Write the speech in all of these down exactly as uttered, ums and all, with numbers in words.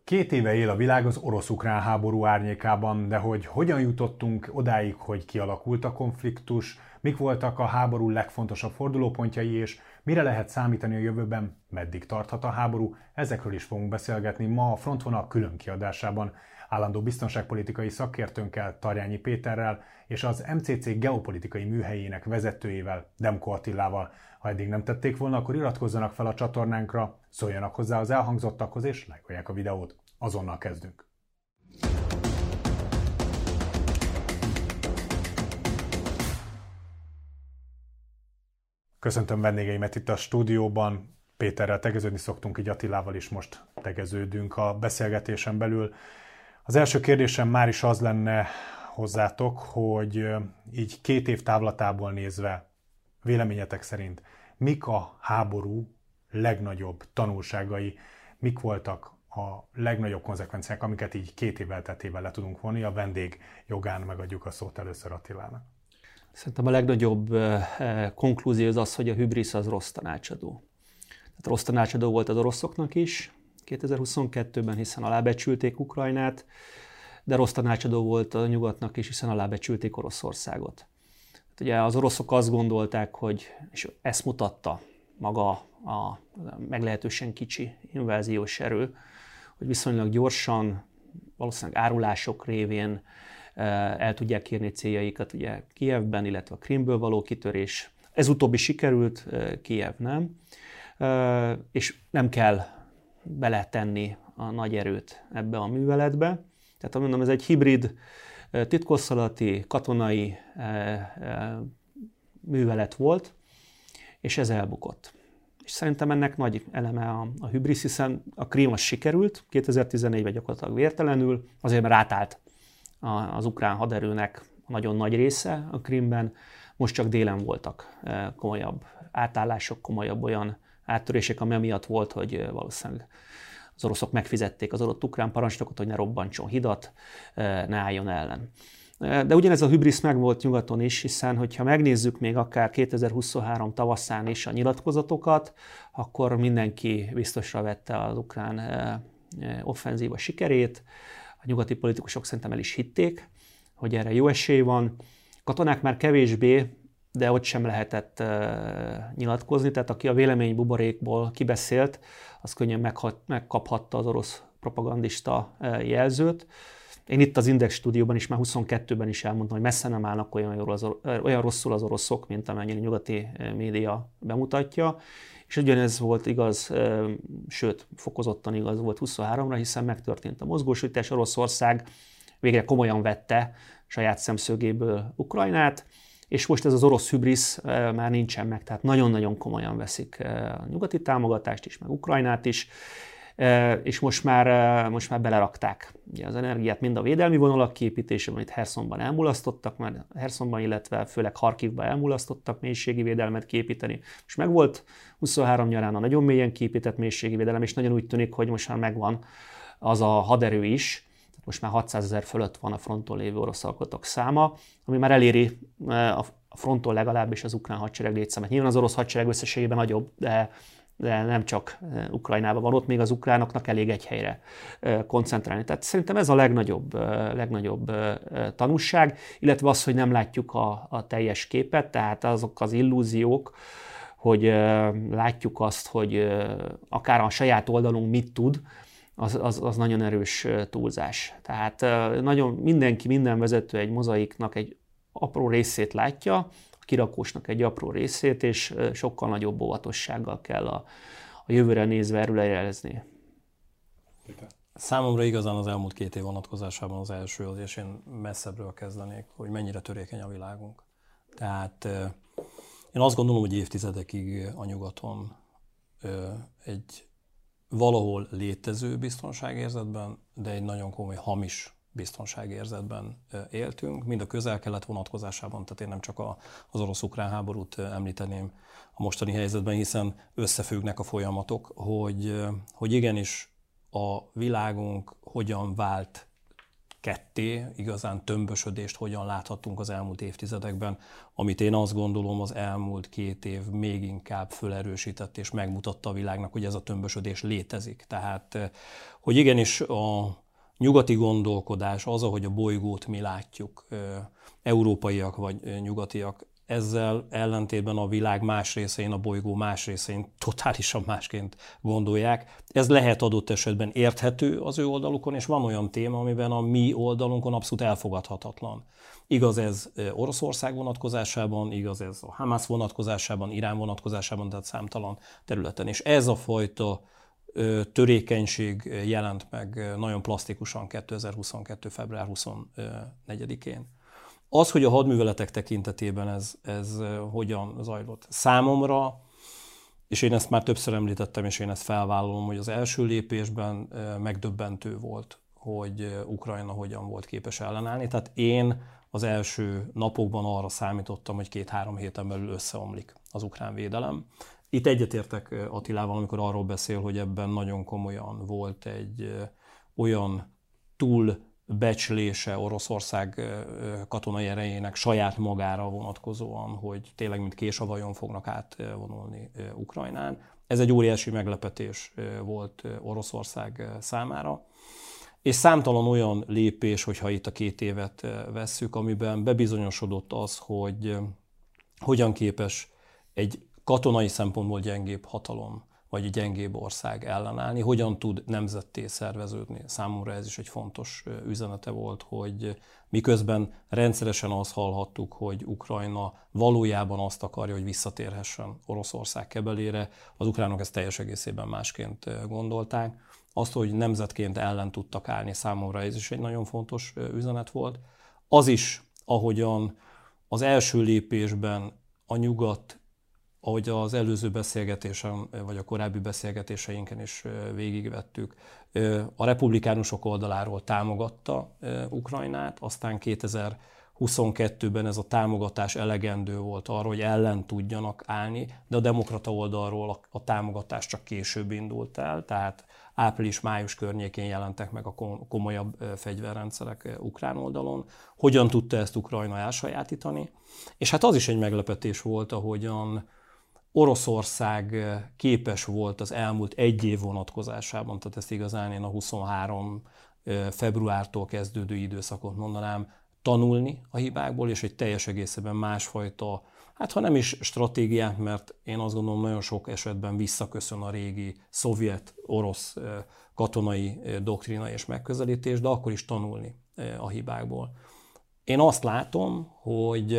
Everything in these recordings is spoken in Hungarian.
Két éve él a világ az orosz-ukrán háború árnyékában, de hogy hogyan jutottunk odáig, hogy kialakult a konfliktus, mik voltak a háború legfontosabb fordulópontjai, és mire lehet számítani a jövőben, meddig tarthat a háború, ezekről is fogunk beszélgetni ma a Frontvonal külön kiadásában. Állandó biztonságpolitikai szakértőnkkel, Tarjányi Péterrel és az em cé cé geopolitikai műhelyének vezetőjével, Demko Attilával. Ha eddig nem tették volna, akkor iratkozzanak fel a csatornánkra, szóljanak hozzá az elhangzottakhoz és lájkolják a videót. Azonnal kezdünk! Köszöntöm vendégeimet itt a stúdióban. Péterrel tegeződni szoktunk, így Attilával is most tegeződünk a beszélgetésen belül. Az első kérdésem már is az lenne hozzátok, hogy így két év távlatából nézve, véleményetek szerint mik a háború legnagyobb tanulságai, mik voltak a legnagyobb konzekvenciák, amiket így két év elteltével le tudunk vonni? A vendég jogán megadjuk a szót először Attilának. Szerintem a legnagyobb konklúzió az az, hogy a hübrisz az rossz tanácsadó. Tehát rossz tanácsadó volt az oroszoknak is kétezer-huszonkettőben, hiszen alábecsülték Ukrajnát, de rossz tanácsadó volt a nyugatnak is, hiszen alábecsülték Oroszországot. Hát ugye az oroszok azt gondolták, hogy, és ezt mutatta maga a meglehetősen kicsi inváziós erő, hogy viszonylag gyorsan, valószínűleg árulások révén el tudják érni céljaikat ugye Kijevben, illetve a Krimből való kitörés. Ez utóbbi sikerült, Kijev nem, és nem kell beletenni a nagy erőt ebbe a műveletbe. Tehát mondom, ez egy hibrid titkosszolati, katonai művelet volt, és ez elbukott. És szerintem ennek nagy eleme a, a hübrisz, hiszen a Krím az sikerült, kétezer-tizennégyben gyakorlatilag vértelenül, azért mert átállt az ukrán haderőnek a nagyon nagy része a Krímben, most csak délen voltak komolyabb átállások, komolyabb olyan áttörések, ami miatt volt, hogy valószínűleg az oroszok megfizették az adott ukrán parancsnokot, hogy ne robbantson hidat, ne álljon ellen. De ugyanez a hübrisz meg volt nyugaton is, hiszen hogyha megnézzük még akár kétezer-huszonhárom tavaszán is a nyilatkozatokat, akkor mindenki biztosra vette az ukrán offenzíva sikerét. A nyugati politikusok szerintem el is hitték, hogy erre jó esély van. Katonák már kevésbé, de ott sem lehetett nyilatkozni, tehát aki a véleménybuborékból kibeszélt, az könnyen megkaphatta az orosz propagandista jelzőt. Én itt az Index stúdióban is, már huszonkettőben is elmondtam, hogy messze nem állnak olyan, jól az, olyan rosszul az oroszok, mint amennyire nyugati média bemutatja. És ugyanez volt igaz, sőt, fokozottan igaz volt huszonháromra, hiszen megtörtént a mozgósítás, Oroszország végre komolyan vette saját szemszögéből Ukrajnát, és most ez az orosz hübrisz már nincsen meg, tehát nagyon-nagyon komolyan veszik a nyugati támogatást is, meg Ukrajnát is, és most már, most már belerakták ugye az energiát mind a védelmi vonalak kiépítésében, amit Hersonban elmulasztottak, mert Hersonban, illetve főleg Harkivban elmulasztottak mélységi védelmet kiépíteni. Most megvolt huszonhárom nyarán a nagyon mélyen kiépített mélységi védelem, és nagyon úgy tűnik, hogy most már megvan az a haderő is, most már hatszázezer fölött van a fronton lévő orosz alkotók száma, ami már eléri a fronton legalábbis az ukrán hadsereg létszámát. Nyilván az orosz hadsereg összességében nagyobb, de, de nem csak Ukrajnában van, ott még az ukránoknak elég egy helyre koncentrálni. Tehát szerintem ez a legnagyobb, legnagyobb tanúság, illetve az, hogy nem látjuk a, a teljes képet, tehát azok az illúziók, hogy látjuk azt, hogy akár a saját oldalunk mit tud, Az, az, az nagyon erős túlzás. Tehát nagyon mindenki, minden vezető egy mozaiknak egy apró részét látja, a kirakósnak egy apró részét, és sokkal nagyobb óvatossággal kell a, a jövőre nézve erről jelezni. Számomra igazán az elmúlt két év vonatkozásában az első, az, és én messzebbről kezdenék, hogy mennyire törékeny a világunk. Tehát én azt gondolom, hogy évtizedekig a nyugaton egy valahol létező biztonságérzetben, de egy nagyon komoly hamis biztonságérzetben éltünk, mind a közel-kelet vonatkozásában, tehát én nem csak az orosz-ukrán háborút említeném a mostani helyzetben, hiszen összefüggnek a folyamatok, hogy, hogy igenis a világunk hogyan vált ketté, igazán tömbösödést hogyan láthattunk az elmúlt évtizedekben, amit én azt gondolom az elmúlt két év még inkább fölerősített és megmutatta a világnak, hogy ez a tömbösödés létezik. Tehát, hogy igenis a nyugati gondolkodás, az, ahogy a bolygót mi látjuk, európaiak vagy nyugatiak, ezzel ellentétben a világ más részein, a bolygó más részein totálisan másként gondolják. Ez lehet adott esetben érthető az ő oldalukon, és van olyan téma, amiben a mi oldalunkon abszolút elfogadhatatlan. Igaz ez Oroszország vonatkozásában, igaz ez a Hamász vonatkozásában, Irán vonatkozásában, tehát számtalan területen. És ez a fajta törékenység jelent meg nagyon plastikusan kétezer-huszonkettő. február huszonnegyedikén. Az, hogy a hadműveletek tekintetében ez, ez hogyan zajlott. Számomra, és én ezt már többször említettem, és én ezt felvállalom, hogy az első lépésben megdöbbentő volt, hogy Ukrajna hogyan volt képes ellenállni. Tehát én az első napokban arra számítottam, hogy két-három héten belül összeomlik az ukrán védelem. Itt egyetértek Attilával, amikor arról beszél, hogy ebben nagyon komolyan volt egy olyan túl becslése Oroszország katonai erejének saját magára vonatkozóan, hogy tényleg mint kés a vajon fognak átvonulni Ukrajnán. Ez egy óriási meglepetés volt Oroszország számára. És számtalan olyan lépés, hogyha itt a két évet vesszük, amiben bebizonyosodott az, hogy hogyan képes egy katonai szempontból gyengébb hatalom, vagy egy gyengébb ország ellenállni, hogyan tud nemzetté szerveződni. Számomra ez is egy fontos üzenete volt, hogy miközben rendszeresen azt hallhattuk, hogy Ukrajna valójában azt akarja, hogy visszatérhessen Oroszország kebelére, az ukránok ezt teljes egészében másként gondolták. Azt, hogy nemzetként ellen tudtak állni, számomra ez is egy nagyon fontos üzenet volt. Az is, ahogyan az első lépésben a nyugat, ahogy az előző beszélgetésen, vagy a korábbi beszélgetéseinken is végigvettük, a republikánusok oldaláról támogatta Ukrajnát, aztán kétezer-huszonkettőben ez a támogatás elegendő volt arra, hogy ellen tudjanak állni, de a demokrata oldalról a támogatás csak később indult el, tehát április-május környékén jelentek meg a komolyabb fegyverrendszerek ukrán oldalon. Hogyan tudta ezt Ukrajna elsajátítani? És hát az is egy meglepetés volt, ahogyan Oroszország képes volt az elmúlt egy év vonatkozásában, tehát ezt igazán én a huszonhárom februártól kezdődő időszakot mondanám, tanulni a hibákból, és egy teljes egészében másfajta, hát ha nem is stratégiát, mert én azt gondolom nagyon sok esetben visszaköszön a régi szovjet-orosz katonai doktrina és megközelítés, de akkor is tanulni a hibákból. Én azt látom, hogy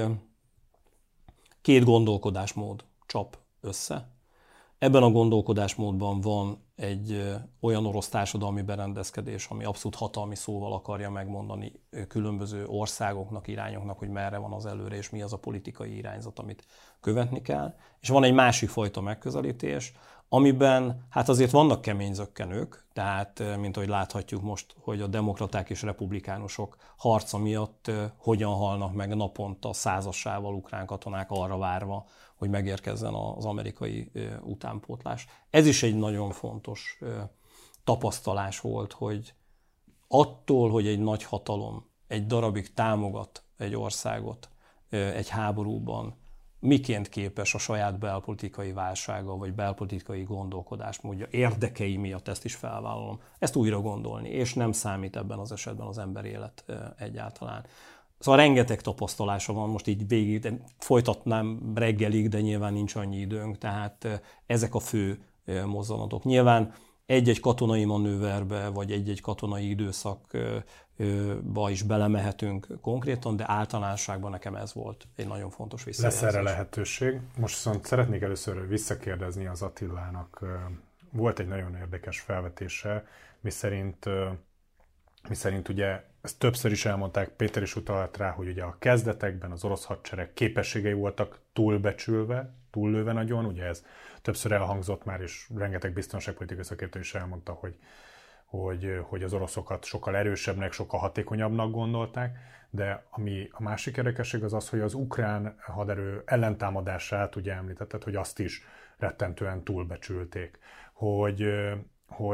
két gondolkodásmód csap össze. Ebben a gondolkodásmódban van egy olyan orosz társadalmi berendezkedés, ami abszolút hatalmi szóval akarja megmondani különböző országoknak, irányoknak, hogy merre van az előre, és mi az a politikai irányzat, amit követni kell. És van egy másik fajta megközelítés, amiben hát azért vannak kemény zökkenők, tehát mint ahogy láthatjuk most, hogy a demokraták és republikánusok harca miatt hogyan halnak meg naponta százassával ukrán katonák arra várva, hogy megérkezzen az amerikai utánpótlás. Ez is egy nagyon fontos tapasztalás volt, hogy attól, hogy egy nagy hatalom egy darabig támogat egy országot egy háborúban, miként képes a saját belpolitikai válsága, vagy belpolitikai gondolkodásmódja érdekei miatt, ezt is felvállalom, ezt újra gondolni, és nem számít ebben az esetben az ember élet egyáltalán. Szóval rengeteg tapasztalása van, most így végig, de folytatnám reggelig, de nyilván nincs annyi időnk, tehát ezek a fő mozzanatok. Nyilván egy-egy katonai manőverbe, vagy egy-egy katonai időszakba is belemehetünk konkrétan, de általánosságban nekem ez volt egy nagyon fontos visszajelzés. Lesz erre lehetőség. Most viszont szeretnék először visszakérdezni az Attilának. Volt egy nagyon érdekes felvetése, miszerint, miszerint ugye ezt többször is elmondták, Péter is utalt rá, hogy ugye a kezdetekben az orosz hadsereg képességei voltak túlbecsülve, túllőve nagyon, ugye ez többször elhangzott már, és rengeteg biztonságpolitikai szakértő is elmondta, hogy, hogy, hogy az oroszokat sokkal erősebbnek, sokkal hatékonyabbnak gondolták, de ami a másik érdekesség az az, hogy az ukrán haderő ellentámadását ugye említetted, hogy azt is rettentően túlbecsülték, hogy, hogy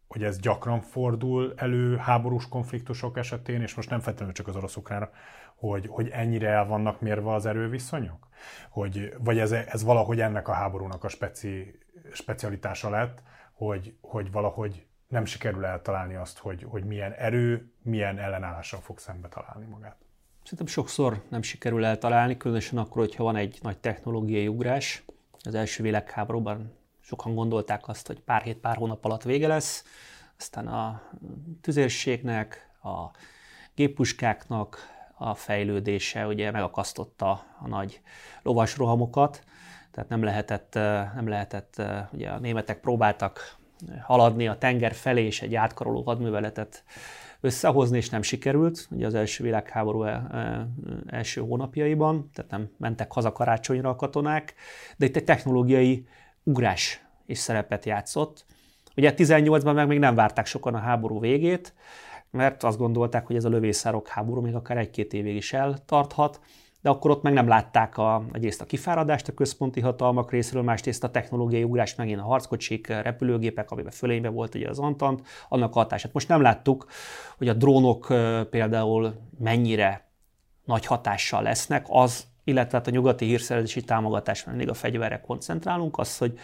hogy ez gyakran fordul elő háborús konfliktusok esetén, és most nem feltétlenül csak az orosz-ukránra, hogy, hogy ennyire el vannak mérve az erőviszonyok? Hogy, vagy ez, ez valahogy ennek a háborúnak a speci, specialitása lett, hogy, hogy valahogy nem sikerül eltalálni azt, hogy, hogy milyen erő, milyen ellenállással fog szembe találni magát? Szerintem sokszor nem sikerül eltalálni, különösen akkor, hogyha van egy nagy technológiai ugrás. Az első világháborúban sokan gondolták azt, hogy pár hét, pár hónap alatt vége lesz, aztán a tüzérségnek, a géppuskáknak a fejlődése ugye megakasztotta a nagy lovas rohamokat, tehát nem lehetett, nem lehetett, ugye a németek próbáltak haladni a tenger felé és egy átkaroló hadműveletet összehozni, és nem sikerült, ugye az első világháború első hónapjaiban, tehát nem mentek haza karácsonyra a katonák, de itt egy technológiai ugrás is szerepet játszott. Ugye tizennyolcban meg még nem várták sokan a háború végét, mert azt gondolták, hogy ez a lövészárok háború még akár egy-két évig is eltarthat, de akkor ott meg nem látták a, egyrészt a kifáradást a központi hatalmak részéről, másrészt a technológiai ugrás, megint a harckocsik, repülőgépek, amiben fölényben volt ugye az Antant, annak a hatását. Most nem láttuk, hogy a drónok például mennyire nagy hatással lesznek, az, illetve a nyugati hírszerzési támogatás, mert mindig a fegyverre koncentrálunk, az, hogy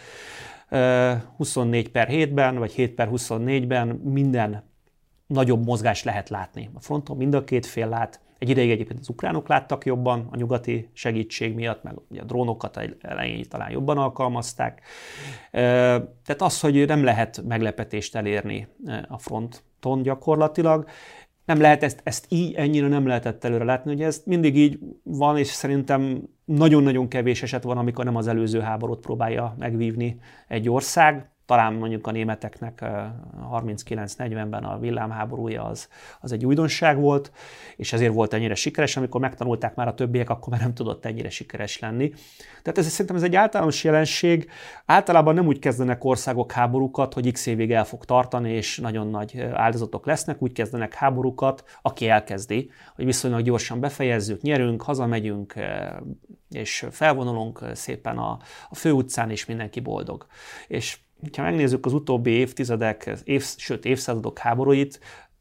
huszonnégy per hétben, vagy hét per huszonnégyben minden nagyobb mozgást lehet látni. A fronton mind a két fél lát. Egy ideig egyébként az ukránok láttak jobban a nyugati segítség miatt, meg ugye a drónokat elején talán jobban alkalmazták. Tehát az, hogy nem lehet meglepetést elérni a fronton gyakorlatilag, nem lehet ezt, ezt így, ennyire nem lehetett előre látni, ugye ez mindig így van, és szerintem nagyon-nagyon kevés eset van, amikor nem az előző háborút próbálja megvívni egy ország. Talán mondjuk a németeknek harminckilenc negyvenben a villámháborúja az, az egy újdonság volt, és ezért volt ennyire sikeres, amikor megtanulták már a többiek, akkor már nem tudott ennyire sikeres lenni. Tehát ez, szerintem ez egy általános jelenség. Általában nem úgy kezdenek országok háborúkat, hogy x évig el fog tartani, és nagyon nagy áldozatok lesznek, úgy kezdenek háborúkat, aki elkezdi, hogy viszonylag gyorsan befejezzük, nyerünk, hazamegyünk, és felvonulunk szépen a, a főutcán, és mindenki boldog. És ha megnézzük az utóbbi évtizedek, év, sőt évszázadok háborúit,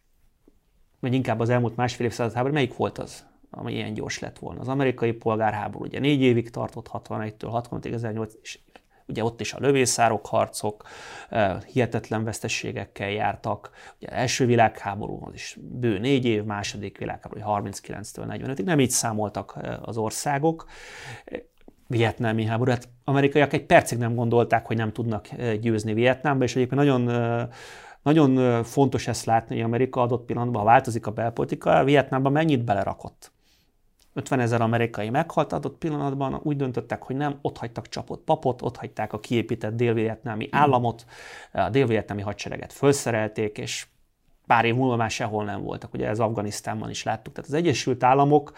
vagy inkább az elmúlt másfél évszázad háború, melyik volt az, ami ilyen gyors lett volna? Az amerikai polgárháború, ugye négy évig tartott, hatvanegytől hatvanötig, ezernyolcszáz, és ugye ott is a lövészárok harcok, hihetetlen veszteségekkel jártak. Ugye első világháború, az is bő négy év, második világháború, harminckilenctől negyvenötig, nem így számoltak az országok. Vietnámi háború. Hát amerikaiak egy percig nem gondolták, hogy nem tudnak győzni Vietnámba, és egyébként nagyon, nagyon fontos ezt látni, hogy Amerika adott pillanatban, ha változik a belpolitika, Vietnámban mennyit belerakott. ötvenezer amerikai meghalt adott pillanatban, úgy döntöttek, hogy nem, ott hagytak csapott papot, ott hagyták a kiépített dél-vietnámi államot, a dél-vietnámi hadsereget felszerelték, és pár év múlva már sehol nem voltak. Ugye ez Afganisztánban is láttuk. Tehát az Egyesült Államok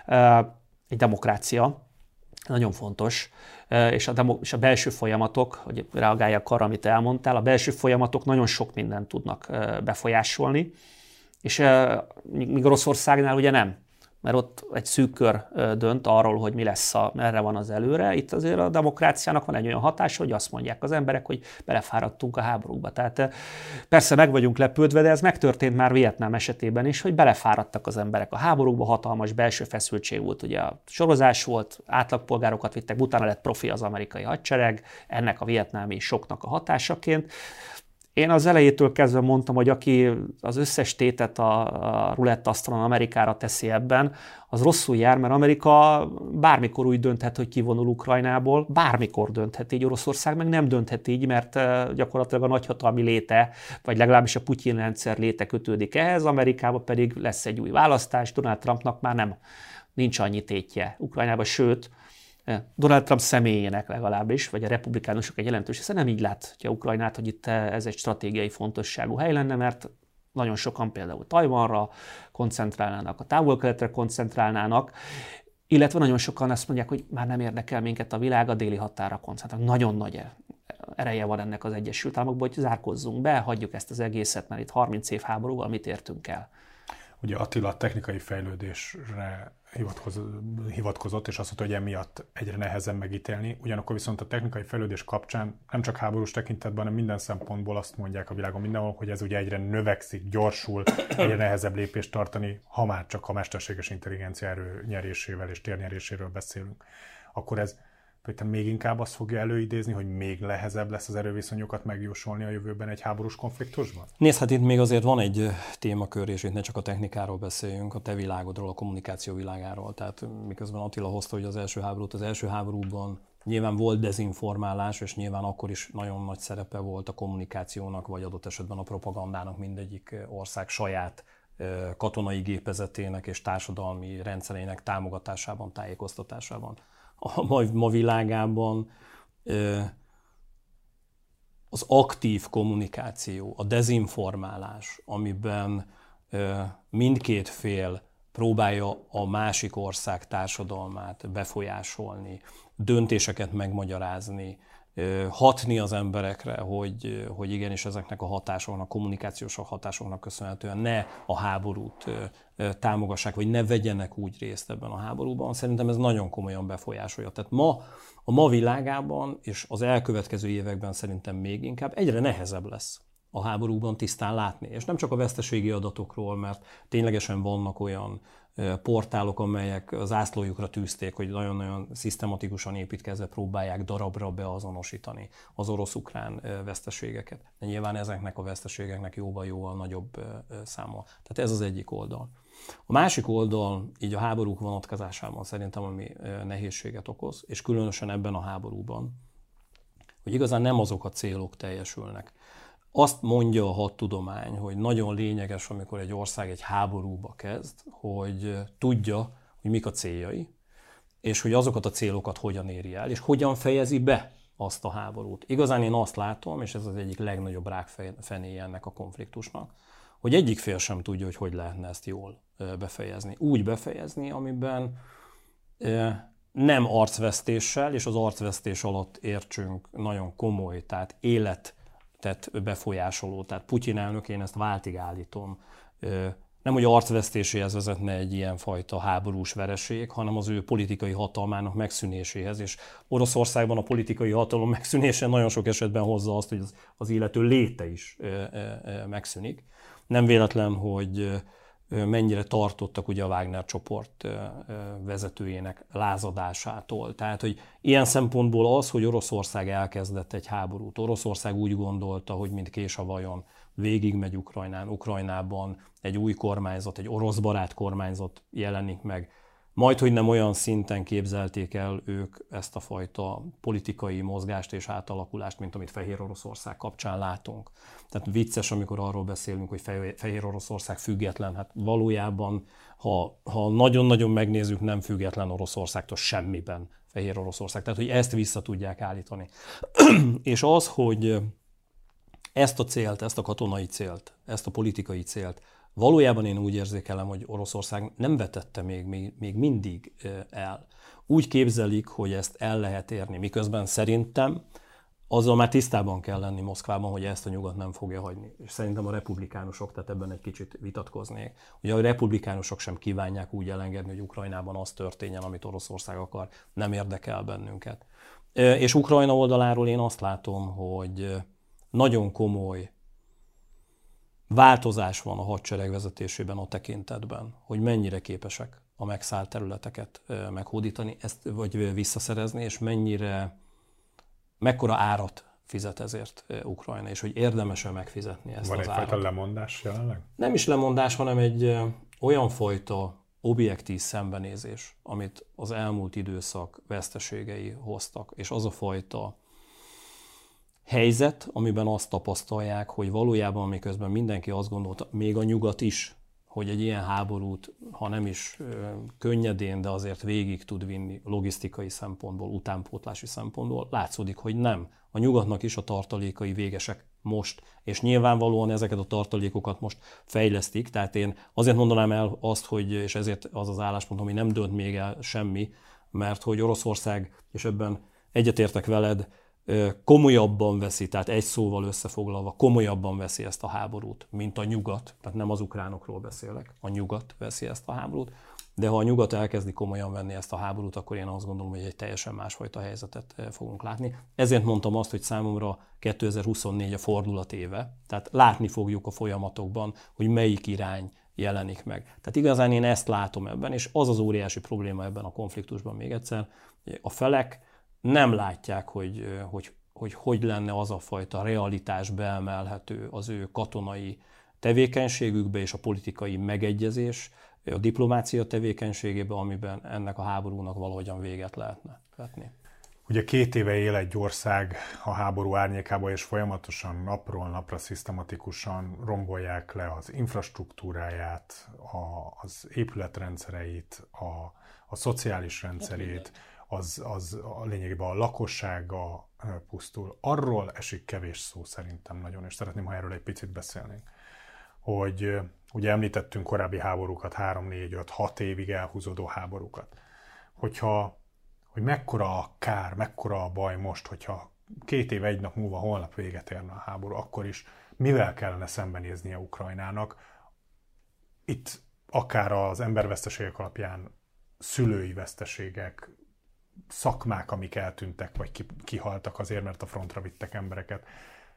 egy demokrácia, nagyon fontos, és a, demo, és a belső folyamatok, hogy reagáljak arra, amit elmondtál, a belső folyamatok nagyon sok mindent tudnak befolyásolni, és míg Oroszországnál ugye nem, mert ott egy szűk kör dönt arról, hogy mi lesz, a, merre van az előre. Itt azért a demokráciának van egy olyan hatása, hogy azt mondják az emberek, hogy belefáradtunk a háborúkba. Tehát persze meg vagyunk lepődve, de ez megtörtént már Vietnám esetében is, hogy belefáradtak az emberek a háborúkba, hatalmas belső feszültség volt, ugye a sorozás volt, átlagpolgárokat vittek, utána lett profi az amerikai hadsereg, ennek a vietnámi soknak a hatásaként. Én az elejétől kezdve mondtam, hogy aki az összes tétet a, a rulettasztalon Amerikára teszi ebben, az rosszul jár, mert Amerika bármikor úgy dönthet, hogy kivonul Ukrajnából, bármikor dönthet így, Oroszország meg nem dönthet így, mert gyakorlatilag a nagyhatalmi léte, vagy legalábbis a Putyin rendszer léte kötődik ehhez, Amerikában pedig lesz egy új választás, Donald Trumpnak már nem, nincs annyi tétje Ukrajnában, sőt, Donald Trump személyének legalábbis, vagy a republikánusok egy jelentős része nem így látja Ukrajnát, hogy itt ez egy stratégiai fontosságú hely lenne, mert nagyon sokan például Tajvanra koncentrálnának, a távol-keletre koncentrálnának, illetve nagyon sokan azt mondják, hogy már nem érdekel minket a világ, a déli határa koncentrálnak. Nagyon nagy ereje van ennek az Egyesült Államokban, hogy zárkozzunk be, hagyjuk ezt az egészet, mert itt harminc év háborúval mit értünk el. Ugye Attila technikai fejlődésre hivatkozott, és azt mondta, hogy emiatt egyre nehezebb megítélni. Ugyanakkor viszont a technikai fejlődés kapcsán nem csak háborús tekintetben, hanem minden szempontból azt mondják a világon mindenhol, hogy ez ugye egyre növekszik, gyorsul, egyre nehezebb lépést tartani, ha már csak a mesterséges intelligencia erőnyerésével és térnyeréséről beszélünk. Akkor ez még inkább azt fogja előidézni, hogy még nehezebb lesz az erőviszonyokat megjósolni a jövőben egy háborús konfliktusban? Nézd, hát itt még azért van egy témakör, és itt ne csak a technikáról beszéljünk, a te világodról, a kommunikáció világáról. Tehát miközben Attila hozta, hogy az első háborút, az első háborúban nyilván volt dezinformálás, és nyilván akkor is nagyon nagy szerepe volt a kommunikációnak, vagy adott esetben a propagandának mindegyik ország saját katonai gépezetének és társadalmi rendszerének támogatásában, tájékoztatásában. A ma világában az aktív kommunikáció, a dezinformálás, amiben mindkét fél próbálja a másik ország társadalmát befolyásolni, döntéseket megmagyarázni, hatni az emberekre, hogy, hogy igenis ezeknek a hatásoknak, kommunikációs hatásoknak köszönhetően ne a háborút támogassák, vagy ne vegyenek úgy részt ebben a háborúban. Szerintem ez nagyon komolyan befolyásolja. Tehát ma a ma világában és az elkövetkező években szerintem még inkább egyre nehezebb lesz a háborúban tisztán látni. És nem csak a veszteségi adatokról, mert ténylegesen vannak olyan portálok, amelyek az zászlójukra tűzték, hogy nagyon-nagyon szisztematikusan építkezve próbálják darabra beazonosítani az orosz-ukrán veszteségeket. De nyilván ezeknek a veszteségeknek jóval-jóval nagyobb száma. Tehát ez az egyik oldal. A másik oldal, így a háborúk vonatkozásában szerintem, ami nehézséget okoz, és különösen ebben a háborúban, hogy igazán nem azok a célok teljesülnek. Azt mondja a hadtudomány, hogy nagyon lényeges, amikor egy ország egy háborúba kezd, hogy tudja, hogy mik a céljai, és hogy azokat a célokat hogyan éri el, és hogyan fejezi be azt a háborút. Igazán én azt látom, és ez az egyik legnagyobb rákfenéje ennek a konfliktusnak, hogy egyik fél sem tudja, hogy hogy lehetne ezt jól befejezni. Úgy befejezni, amiben nem arcvesztéssel, és az arcvesztés alatt értsünk nagyon komoly, tehát élet befolyásoló. Tehát Putyin elnök, én ezt váltig állítom, nem hogy arcvesztéséhez vezetne egy ilyen fajta háborús vereség, hanem az ő politikai hatalmának megszűnéséhez. És Oroszországban a politikai hatalom megszűnése nagyon sok esetben hozza azt, hogy az, az illető léte is megszűnik. Nem véletlen, hogy mennyire tartottak ugye a Wagner csoport vezetőjének lázadásától. Tehát, hogy ilyen szempontból az, hogy Oroszország elkezdett egy háborút, Oroszország úgy gondolta, hogy mint kés a vajon végigmegy Ukrajnán, Ukrajnában egy új kormányzat, egy orosz barát kormányzat jelenik meg, majd, hogy nem olyan szinten képzelték el ők ezt a fajta politikai mozgást és átalakulást, mint amit Fehér Oroszország kapcsán látunk. Tehát vicces, amikor arról beszélünk, hogy Fehér Oroszország független. Hát valójában, ha, ha nagyon-nagyon megnézzük, nem független Oroszországtól semmiben Fehér Oroszország. Tehát, hogy ezt vissza tudják állítani. És az, hogy ezt a célt, ezt a katonai célt, ezt a politikai célt valójában én úgy érzékelem, hogy Oroszország nem vetette még, még, még mindig el. Úgy képzelik, hogy ezt el lehet érni, miközben szerintem azzal már tisztában kell lenni Moszkvában, hogy ezt a nyugat nem fogja hagyni. És szerintem a republikánusok, tehát ebben egy kicsit vitatkoznék, hogy a republikánusok sem kívánják úgy elengedni, hogy Ukrajnában az történjen, amit Oroszország akar, nem érdekel bennünket. És Ukrajna oldaláról én azt látom, hogy nagyon komoly változás van a hadsereg vezetésében a tekintetben, hogy mennyire képesek a megszállt területeket meghódítani, ezt vagy visszaszerezni, és mennyire, mekkora árat fizet ezért Ukrajna, és hogy érdemes-e megfizetni ezt van az árat. Van egyfajta lemondás jelenleg? Nem is lemondás, hanem egy olyan fajta objektív szembenézés, amit az elmúlt időszak veszteségei hoztak, és az a fajta helyzet, amiben azt tapasztalják, hogy valójában miközben mindenki azt gondolta, még a nyugat is, hogy egy ilyen háborút, ha nem is ö, könnyedén, de azért végig tud vinni logisztikai szempontból, utánpótlási szempontból, látszódik, hogy nem. A nyugatnak is a tartalékai végesek most, és nyilvánvalóan ezeket a tartalékokat most fejlesztik, tehát én azért mondanám el azt, hogy, és ezért az az álláspont, ami nem dönt még el semmi, mert hogy Oroszország, és ebben egyetértek veled, komolyabban veszi, tehát egy szóval összefoglalva, komolyabban veszi ezt a háborút, mint a nyugat, tehát nem az ukránokról beszélek, a nyugat veszi ezt a háborút, de ha a nyugat elkezdi komolyan venni ezt a háborút, akkor én azt gondolom, hogy egy teljesen másfajta helyzetet fogunk látni. Ezért mondtam azt, hogy számomra kétezer-huszonnégy a fordulat éve, tehát látni fogjuk a folyamatokban, hogy melyik irány jelenik meg. Tehát igazán én ezt látom ebben, és az az óriási probléma ebben a konfliktusban még egyszer, a felek nem látják, hogy hogy, hogy hogy lenne az a fajta realitás beemelhető az ő katonai tevékenységükbe és a politikai megegyezés, a diplomácia tevékenységébe, amiben ennek a háborúnak valahogyan véget lehetne vetni. Ugye két éve él egy ország a háború árnyékában, és folyamatosan napról napra szisztematikusan rombolják le az infrastruktúráját, a, az épületrendszereit, a, a szociális rendszerét, az, az a lényegében a lakossága pusztul. Arról esik kevés szó szerintem nagyon, és szeretném, ha erről egy picit beszélnénk, hogy ugye említettünk korábbi háborúkat, három, négy, öt, hat évig elhúzódó háborúkat. Hogyha, hogy mekkora a kár, mekkora a baj most, hogyha két év, egy nap múlva, holnap véget érne a háború, akkor is mivel kellene szembenéznie Ukrajnának? Itt akár az emberveszteségek alapján szülői veszteségek, szakmák, amik eltűntek, vagy kihaltak azért, mert a frontra vittek embereket.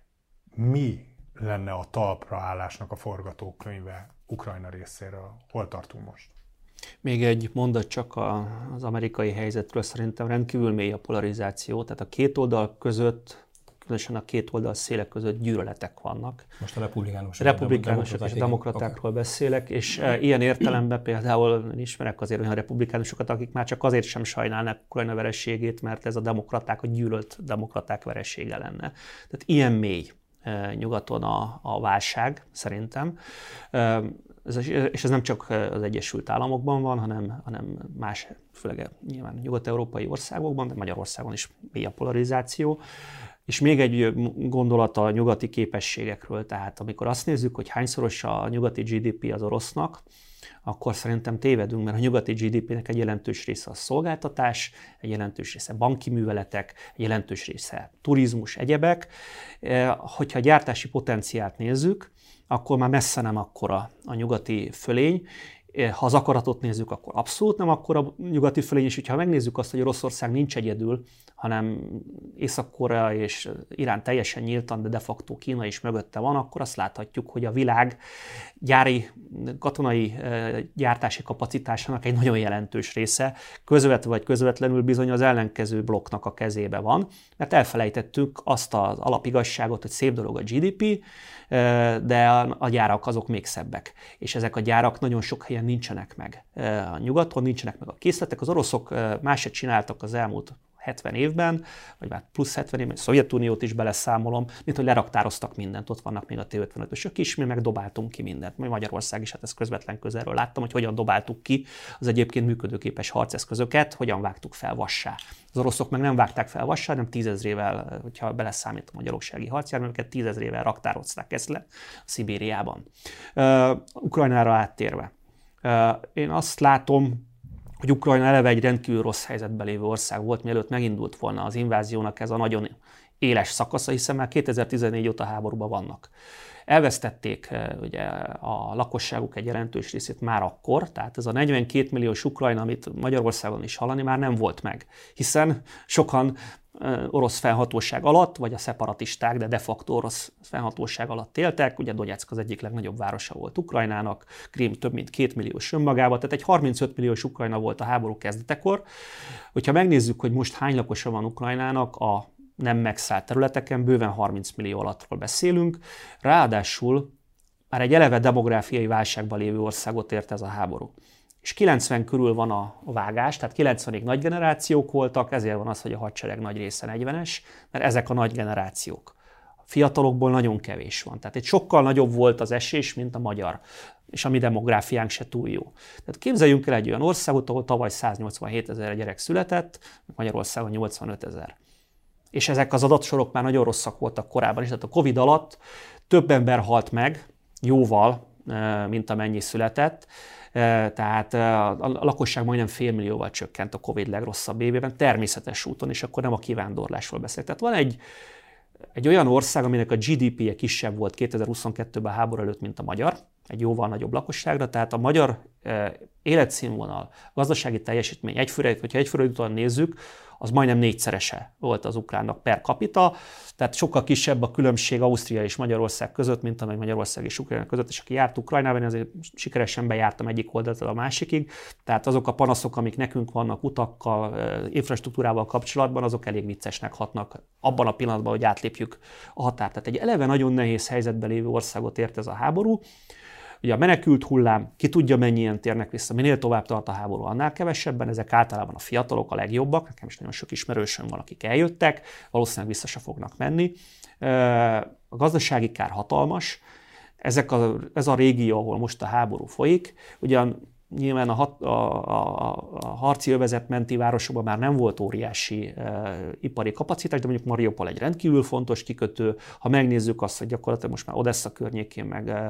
Mi lenne a talpra állásnak a forgatókönyve Ukrajna részéről? Hol tartunk most? Még egy mondat csak az amerikai helyzetről, szerintem rendkívül mély a polarizáció, tehát a két oldal között, különösen a két oldal szélek között gyűlöletek vannak. Most a republikánusok, republikánusok és a demokratákról beszélek, és e, ilyen értelemben például ismerek azért olyan republikánusokat, akik már csak azért sem sajnálnak Ukrajna vereségét, mert ez a demokraták, a gyűlölt demokraták veresége lenne. Tehát ilyen mély e, nyugaton a, a válság, szerintem. E, ez, és ez nem csak az Egyesült Államokban van, hanem, hanem más, főleg nyilván nyugat-európai országokban, de Magyarországon is mély a polarizáció. És még egy gondolat a nyugati képességekről, tehát amikor azt nézzük, hogy hányszoros a nyugati gé dé pé az orosznak, akkor szerintem tévedünk, mert a nyugati gé dé pének egy jelentős része a szolgáltatás, egy jelentős része banki műveletek, egy jelentős része turizmus, egyebek. Hogyha a gyártási potenciált nézzük, akkor már messze nem akkora a nyugati fölény. Ha az akaratot nézzük, akkor abszolút nem akkora a nyugati fölény, és hogyha megnézzük azt, hogy Oroszország nincs egyedül, hanem Észak-Korea és Irán teljesen nyíltan, de de facto Kína is mögötte van, akkor azt láthatjuk, hogy a világ gyári, katonai gyártási kapacitásának egy nagyon jelentős része közvetve vagy közvetlenül bizony az ellenkező blokknak a kezébe van, mert elfelejtettük azt az alapigazságot, hogy szép dolog a gé dé pé, de a gyárak azok még szebbek. És ezek a gyárak nagyon sok helyen nincsenek meg. A nyugaton nincsenek meg a készletek. Az oroszok mást csináltak az elmúlt hetven évben, vagy már plusz hetven évben, a Szovjetuniót is beleszámolom, mint hogy leraktároztak mindent, ott vannak még a té ötvenötösök is, mi meg dobáltunk ki mindent. Majd Magyarország is, hát ezt közvetlen közelről láttam, hogy hogyan dobáltuk ki az egyébként működőképes harceszközöket, hogyan vágtuk fel vassá. Az oroszok meg nem vágták fel vassá, hanem tízezrével, hogyha beleszámítom a gyalogsági harcjárműveket, tízezrével raktározták ezt le Szibériában. Uh, Ukrajnára áttérve. Uh, én azt látom, hogy Ukrajna eleve egy rendkívül rossz helyzetben lévő ország volt, mielőtt megindult volna az inváziónak ez a nagyon éles szakasza, hiszen már kétezer-tizennégy óta háborúban vannak. Elvesztették ugye, a lakosságuk egy jelentős részét már akkor, tehát ez a negyvenkét milliós Ukrajna, amit Magyarországon is hallani, már nem volt meg, hiszen sokan orosz fennhatóság alatt, vagy a szeparatisták, de de facto orosz fennhatóság alatt éltek. Ugye Donyeck az egyik legnagyobb városa volt Ukrajnának, Krím több mint két milliós önmagában, tehát egy harmincöt milliós Ukrajna volt a háború kezdetekor. Hogyha megnézzük, hogy most hány lakosa van Ukrajnának a nem megszállt területeken, bőven harminc millió alattról beszélünk, ráadásul már egy eleve demográfiai válságban lévő országot ért ez a háború. És kilencven körül van a vágás, tehát kilencvenig nagy generációk voltak, ezért van az, hogy a hadsereg nagy része negyvenes, mert ezek a nagy generációk. A fiatalokból nagyon kevés van, tehát egy sokkal nagyobb volt az esés, mint a magyar, és a mi demográfiánk se túl jó. Tehát képzeljünk el egy olyan országot, ahol tavaly száznyolcvanhét ezer gyerek született, Magyarországon nyolcvanöt ezer. És ezek az adatsorok már nagyon rosszak voltak korábban is, tehát a Covid alatt több ember halt meg, jóval, mint amennyi született. Tehát a lakosság majdnem félmillióval csökkent a Covid legrosszabb évében, természetes úton, és akkor nem a kivándorlásról beszélek. Tehát van egy, egy olyan ország, aminek a gé dé pé-je kisebb volt kétezer-huszonkettőben a háború előtt, mint a magyar, egy jóval nagyobb lakosságra, tehát a magyar életszínvonal, gazdasági teljesítmény, egyfőre, hogyha egyfőre jutóan nézzük, az majdnem négyszerese volt az ukránnak per capita, tehát sokkal kisebb a különbség Ausztria és Magyarország között, mint amely Magyarország és Ukrajna között, és aki járt Ukrajnában, azért sikeresen bejártam egyik oldaltól a másikig, tehát azok a panaszok, amik nekünk vannak utakkal, infrastruktúrával kapcsolatban, azok elég viccesnek hatnak abban a pillanatban, hogy átlépjük a határt. Tehát egy eleve nagyon nehéz helyzetben lévő országot ért ez a háború. Ugye a menekült hullám, ki tudja mennyien térnek vissza, minél tovább tart a háború, annál kevesebben, ezek általában a fiatalok, a legjobbak, nekem is nagyon sok ismerősöm van, akik eljöttek, valószínűleg vissza se fognak menni. A gazdasági kár hatalmas, ezek a, ez a régió, ahol most a háború folyik, ugyan nyilván a, hat, a, a, a harci övezet menti városokban már nem volt óriási e, ipari kapacitás, de mondjuk Mariupol egy rendkívül fontos kikötő. Ha megnézzük azt, hogy gyakorlatilag most már Odessa környékén, meg e,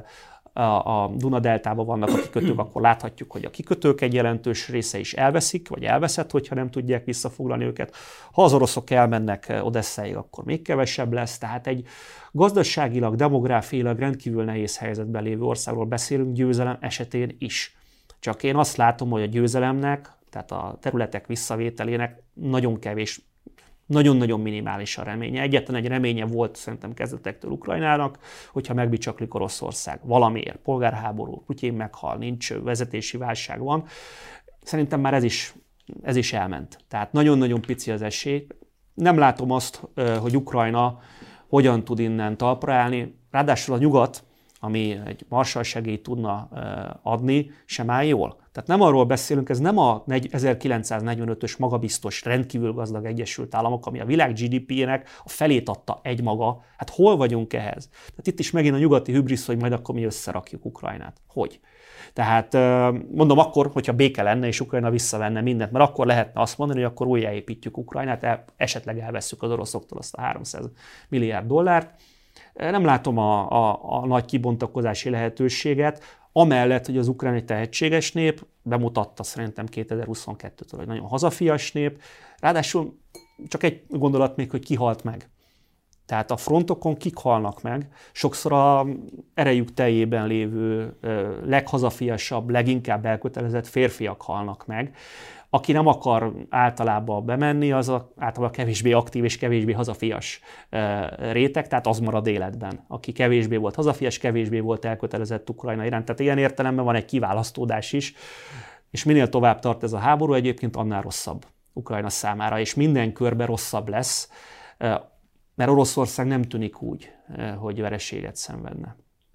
a, a Duna-deltában vannak a kikötők, akkor láthatjuk, hogy a kikötők egy jelentős része is elveszik, vagy elveszett, hogyha nem tudják visszafoglalni őket. Ha az oroszok elmennek Odesszáig, akkor még kevesebb lesz. Tehát egy gazdaságilag, demográfiailag rendkívül nehéz helyzetben lévő országról beszélünk, győzelem esetén is. Csak én azt látom, hogy a győzelemnek, tehát a területek visszavételének nagyon kevés, nagyon-nagyon minimális a reménye. Egyetlen egy reménye volt szerintem kezdetektől Ukrajnának, hogyha megbicsaklik Oroszország valamiért, polgárháború, Putyin meghal, nincs vezetési válság van. Szerintem már ez is, ez is elment. Tehát nagyon-nagyon pici az esély. Nem látom azt, hogy Ukrajna hogyan tud innen talpra állni. Ráadásul a nyugat, ami egy Marshall segélyt tudna adni, sem áll jól. Tehát nem arról beszélünk, ez nem a ezerkilencszáznegyvenötös magabiztos, rendkívül gazdag Egyesült Államok, ami a világ gé dé pé-jének a felét adta egymaga. Hát hol vagyunk ehhez? Tehát itt is megint a nyugati hübrisz, hogy majd akkor mi összerakjuk Ukrajnát. Hogy? Tehát mondom akkor, hogyha béke lenne és Ukrajna visszavenne mindent, mert akkor lehetne azt mondani, hogy akkor újjáépítjük Ukrajnát, esetleg elvesszük az oroszoktól azt a háromszáz milliárd dollárt. Nem látom a, a, a nagy kibontakozási lehetőséget, amellett, hogy az ukrán egy tehetséges nép, bemutatta szerintem kétezer-huszonkettőtől, hogy nagyon hazafias nép, ráadásul csak egy gondolat még, hogy ki halt meg. Tehát a frontokon kik halnak meg, sokszor a erejük teljében lévő, leghazafiasabb, leginkább elkötelezett férfiak halnak meg. Aki nem akar általában bemenni, az a, általában kevésbé aktív és kevésbé hazafias e, réteg, tehát az marad életben. Aki kevésbé volt hazafias, kevésbé volt elkötelezett Ukrajna iránt. Tehát ilyen értelemben van egy kiválasztódás is, és minél tovább tart ez a háború, egyébként annál rosszabb Ukrajna számára, és minden körben rosszabb lesz, e, mert Oroszország nem tűnik úgy, e, hogy vereséget szenvedne.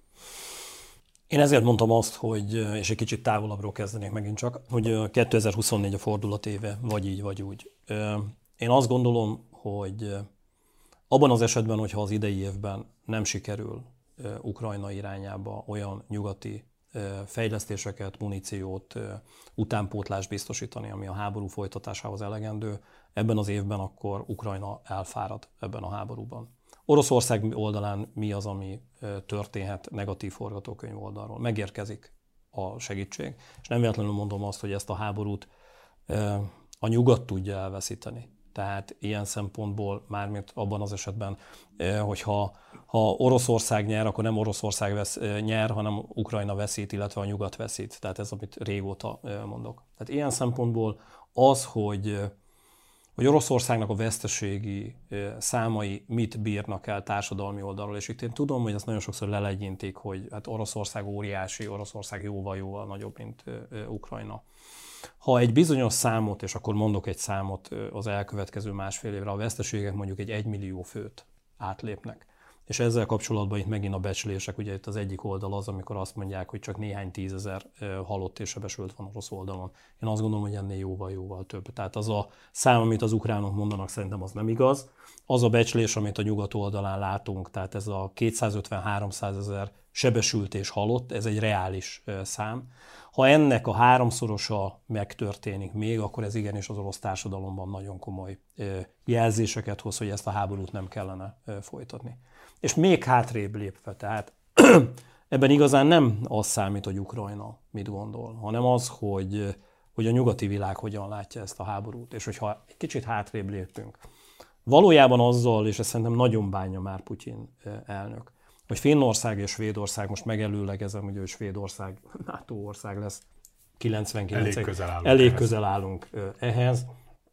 Én ezért mondtam azt, hogy, és egy kicsit távolabbról kezdenék megint csak, hogy kétezer-huszonnégy a fordulat éve, vagy így, vagy úgy. Én azt gondolom, hogy abban az esetben, hogyha az idei évben nem sikerül Ukrajna irányába olyan nyugati fejlesztéseket, muníciót, utánpótlást biztosítani, ami a háború folytatásához elegendő, ebben az évben akkor Ukrajna elfárad ebben a háborúban. Oroszország oldalán mi az, ami történhet negatív forgatókönyv oldalról? Megérkezik a segítség, és nem véletlenül mondom azt, hogy ezt a háborút a nyugat tudja elveszíteni. Tehát ilyen szempontból mármint abban az esetben, hogyha ha Oroszország nyer, akkor nem Oroszország vesz, nyer, hanem Ukrajna veszít, illetve a nyugat veszít. Tehát ez, amit régóta mondok. Tehát ilyen szempontból az, hogy hogy Oroszországnak a veszteségi számai mit bírnak el társadalmi oldalról, és itt én tudom, hogy ezt nagyon sokszor lelegyintik, hogy hát Oroszország óriási, Oroszország jóval-jóval nagyobb, mint Ukrajna. Ha egy bizonyos számot, és akkor mondok egy számot az elkövetkező másfél évre, a veszteségek mondjuk egy egymillió főt átlépnek. És ezzel kapcsolatban itt megint a becslések, ugye itt az egyik oldal az, amikor azt mondják, hogy csak néhány tízezer halott és sebesült van orosz oldalon. Én azt gondolom, hogy ennél jóval-jóval több. Tehát az a szám, amit az ukránok mondanak, szerintem az nem igaz. Az a becslés, amit a nyugat oldalán látunk, tehát ez a kétszázötven-háromszázezer sebesült és halott, ez egy reális szám. Ha ennek a háromszorosa megtörténik még, akkor ez igenis az orosz társadalomban nagyon komoly jelzéseket hoz, hogy ezt a háborút nem kellene folytatni. És még hátrébb lépve, tehát ebben igazán nem az számít, hogy Ukrajna mit gondol, hanem az, hogy, hogy a nyugati világ hogyan látja ezt a háborút. És hogyha egy kicsit hátrébb lépünk, valójában azzal, és ezt szerintem nagyon bánja már Putyin elnök, hogy Finnország és Svédország, most megelőlegezem, hogy Svédország NATO ország lesz, kilencvenkilenc elég közel állunk, elég ehhez. közel állunk ehhez.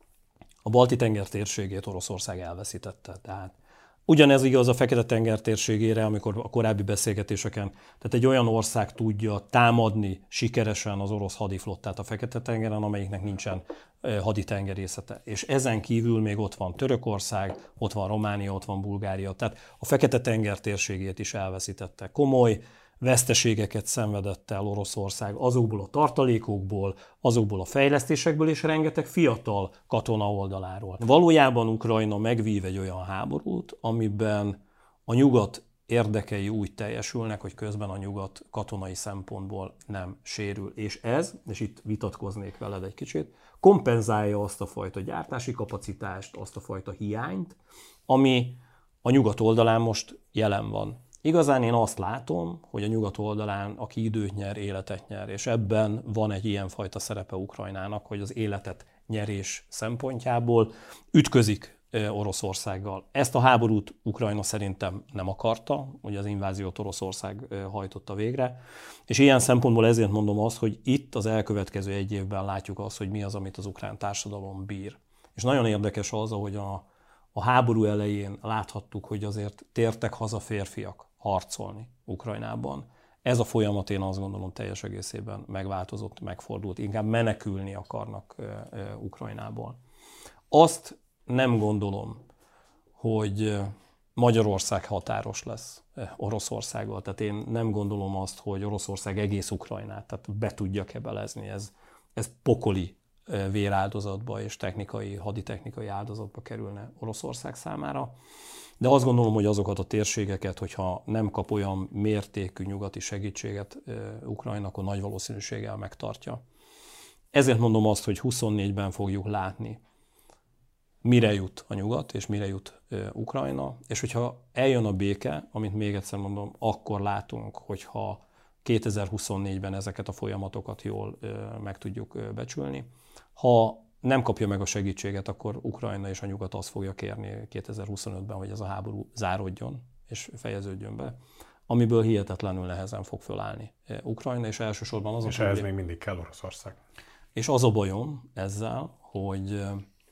A Balti-tenger térségét Oroszország elveszítette. Tehát ugyanez igaz a Fekete-tenger térségére, amikor a korábbi beszélgetéseken, tehát egy olyan ország tudja támadni sikeresen az orosz hadiflottát a Fekete-tengeren, amelyiknek nincsen haditengerészete. És ezen kívül még ott van Törökország, ott van Románia, ott van Bulgária. Tehát a Fekete-tenger térségét is elveszítette. Komoly veszteségeket szenvedett el Oroszország azokból a tartalékokból, azokból a fejlesztésekből és rengeteg fiatal katona oldaláról. Valójában Ukrajna megvív egy olyan háborút, amiben a nyugat érdekei úgy teljesülnek, hogy közben a nyugat katonai szempontból nem sérül. És ez, és itt vitatkoznék veled egy kicsit, kompenzálja azt a fajta gyártási kapacitást, azt a fajta hiányt, ami a nyugat oldalán most jelen van. Igazán én azt látom, hogy a nyugat oldalán, aki időt nyer, életet nyer, és ebben van egy ilyenfajta szerepe Ukrajnának, hogy az életet nyerés szempontjából ütközik Oroszországgal. Ezt a háborút Ukrajna szerintem nem akarta, hogy az inváziót Oroszország hajtotta végre, és ilyen szempontból ezért mondom azt, hogy itt az elkövetkező egy évben látjuk azt, hogy mi az, amit az ukrán társadalom bír. És nagyon érdekes az, ahogy a, a háború elején láthattuk, hogy azért tértek haza férfiak harcolni Ukrajnában. Ez a folyamat, én azt gondolom, teljes egészében megváltozott, megfordult, inkább menekülni akarnak uh, uh, Ukrajnából. Azt nem gondolom, hogy Magyarország határos lesz Oroszországgal. Tehát én nem gondolom azt, hogy Oroszország egész Ukrajnát tehát be tudja kebelezni. Ez, ez pokoli véráldozatba és technikai, haditechnikai áldozatba kerülne Oroszország számára. De azt gondolom, hogy azokat a térségeket, hogyha nem kap olyan mértékű nyugati segítséget Ukrajna, akkor nagy valószínűséggel megtartja. Ezért mondom azt, hogy huszonnégyben fogjuk látni, mire jut a nyugat, és mire jut Ukrajna, és hogyha eljön a béke, amit még egyszer mondom, akkor látunk, hogyha kétezer-huszonnégyben ezeket a folyamatokat jól meg tudjuk becsülni. Ha nem kapja meg a segítséget, akkor Ukrajna és a nyugat azt fogja kérni kétezer-huszonötben, hogy ez a háború záródjon és fejeződjön be, amiből hihetetlenül nehezen fog fölállni Ukrajna, és elsősorban az a És problém... ehhez még mindig kell Oroszország. És az a bajom ezzel, hogy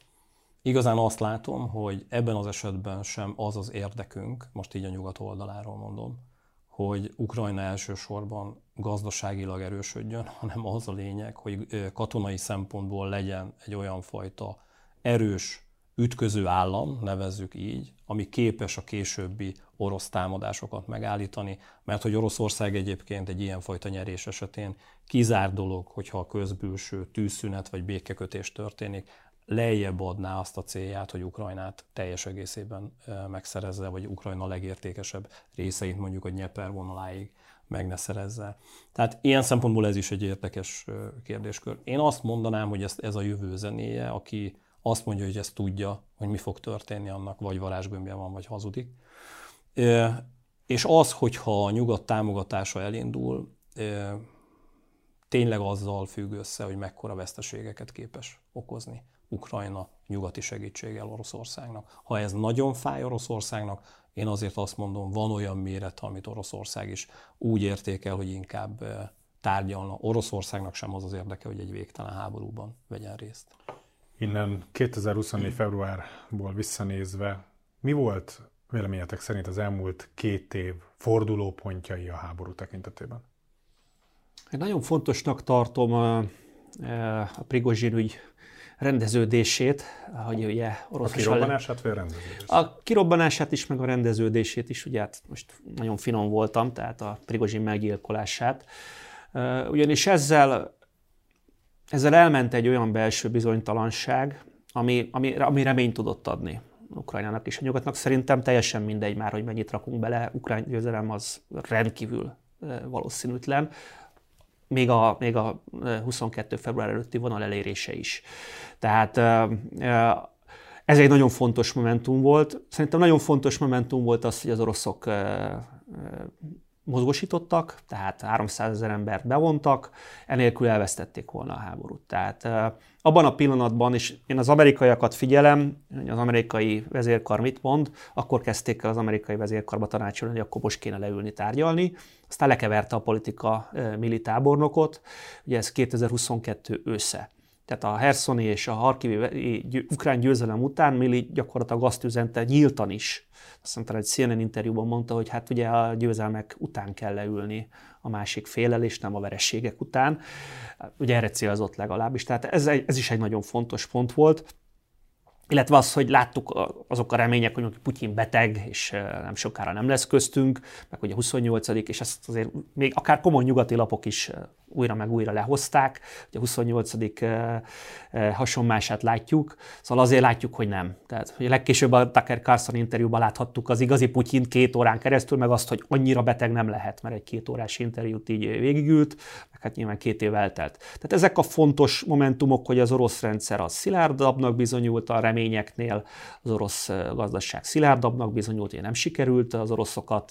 igazán azt látom, hogy ebben az esetben sem az az érdekünk, most így a nyugat oldaláról mondom, hogy Ukrajna elsősorban gazdaságilag erősödjön, hanem az a lényeg, hogy katonai szempontból legyen egy olyan fajta erős, ütköző állam, nevezzük így, ami képes a későbbi orosz támadásokat megállítani, mert hogy Oroszország egyébként egy ilyenfajta nyerés esetén kizárt dolog, hogyha a közbülső tűzszünet vagy békekötés történik, lejjebb adná azt a célját, hogy Ukrajnát teljes egészében megszerezze, vagy Ukrajna legértékesebb részeit mondjuk a Dnyeper vonaláig meg ne szerezze. Tehát ilyen szempontból ez is egy érdekes kérdéskör. Én azt mondanám, hogy ez, ez a jövő zenéje, aki azt mondja, hogy ezt tudja, hogy mi fog történni, annak vagy varázsgömbje van, vagy hazudik. És az, hogyha a nyugat támogatása elindul, tényleg azzal függ össze, hogy mekkora veszteségeket képes okozni Ukrajna nyugati segítséggel Oroszországnak. Ha ez nagyon fáj Oroszországnak, én azért azt mondom, van olyan méret, amit Oroszország is úgy értékel, hogy inkább tárgyalna. Oroszországnak sem az az érdeke, hogy egy végtelen háborúban vegyen részt. Innen kétezer-huszonnégy februárból visszanézve, mi volt véleményetek szerint az elmúlt két év fordulópontjai a háború tekintetében? Én nagyon fontosnak tartom a, a Prigozsin ügy rendeződését, hogy ugye orosz a kirobbanását vagy a rendeződését? A kirobbanását is, meg a rendeződését is, ugye hát most nagyon finom voltam, tehát a Prigozsin meggyilkolását. Ugyanis ezzel, ezzel elment egy olyan belső bizonytalanság, ami, ami, ami reményt tudott adni Ukrajnának és a nyugatnak. Szerintem teljesen mindegy már, hogy mennyit rakunk bele. Ukrán győzelem az rendkívül valószínűtlen. Még a, még a huszonkettő február előtti vonal elérése is. Tehát ez egy nagyon fontos momentum volt. Szerintem nagyon fontos momentum volt az, hogy az oroszok mozgósítottak, tehát háromszázezer embert bevontak, enélkül elvesztették volna a háborút. Tehát abban a pillanatban, és én az amerikaiakat figyelem, hogy az amerikai vezérkar mit mond, akkor kezdték el az amerikai vezérkarba tanácsolni, hogy akkor most kéne leülni tárgyalni, aztán lekeverte a politika militábornokot, ugye ez kétezer-huszonkettő ősze. Tehát a herszoni és a harkivi ukrán győzelem után Milley gyakorlatilag azt üzente nyíltan is. Azt mondta, egy C N N interjúban mondta, hogy hát ugye a győzelmek után kell leülni a másik féllel, és nem a vereségek után. Ugye erre célzott legalábbis. Tehát ez, ez is egy nagyon fontos pont volt. Illetve az, hogy láttuk azok a remények, hogy Putyin beteg, és nem sokára nem lesz köztünk, meg hogy a huszonnyolcadik és ezt azért még akár komoly nyugati lapok is újra meg újra lehozták, hogy a huszonnyolcadik hasonmását látjuk, szóval azért látjuk, hogy nem. Tehát hogy legkésőbb a Tucker Carlson interjúban láthattuk az igazi Putyint két órán keresztül, meg azt, hogy annyira beteg nem lehet, mert egy két órás interjút így végigült, meg hát nyilván két év eltelt. Tehát ezek a fontos momentumok, hogy az orosz rendszer az szilárdabbnak bizonyult a reményeknél, az orosz gazdaság szilárdabbnak bizonyult, hogy nem sikerült az oroszokat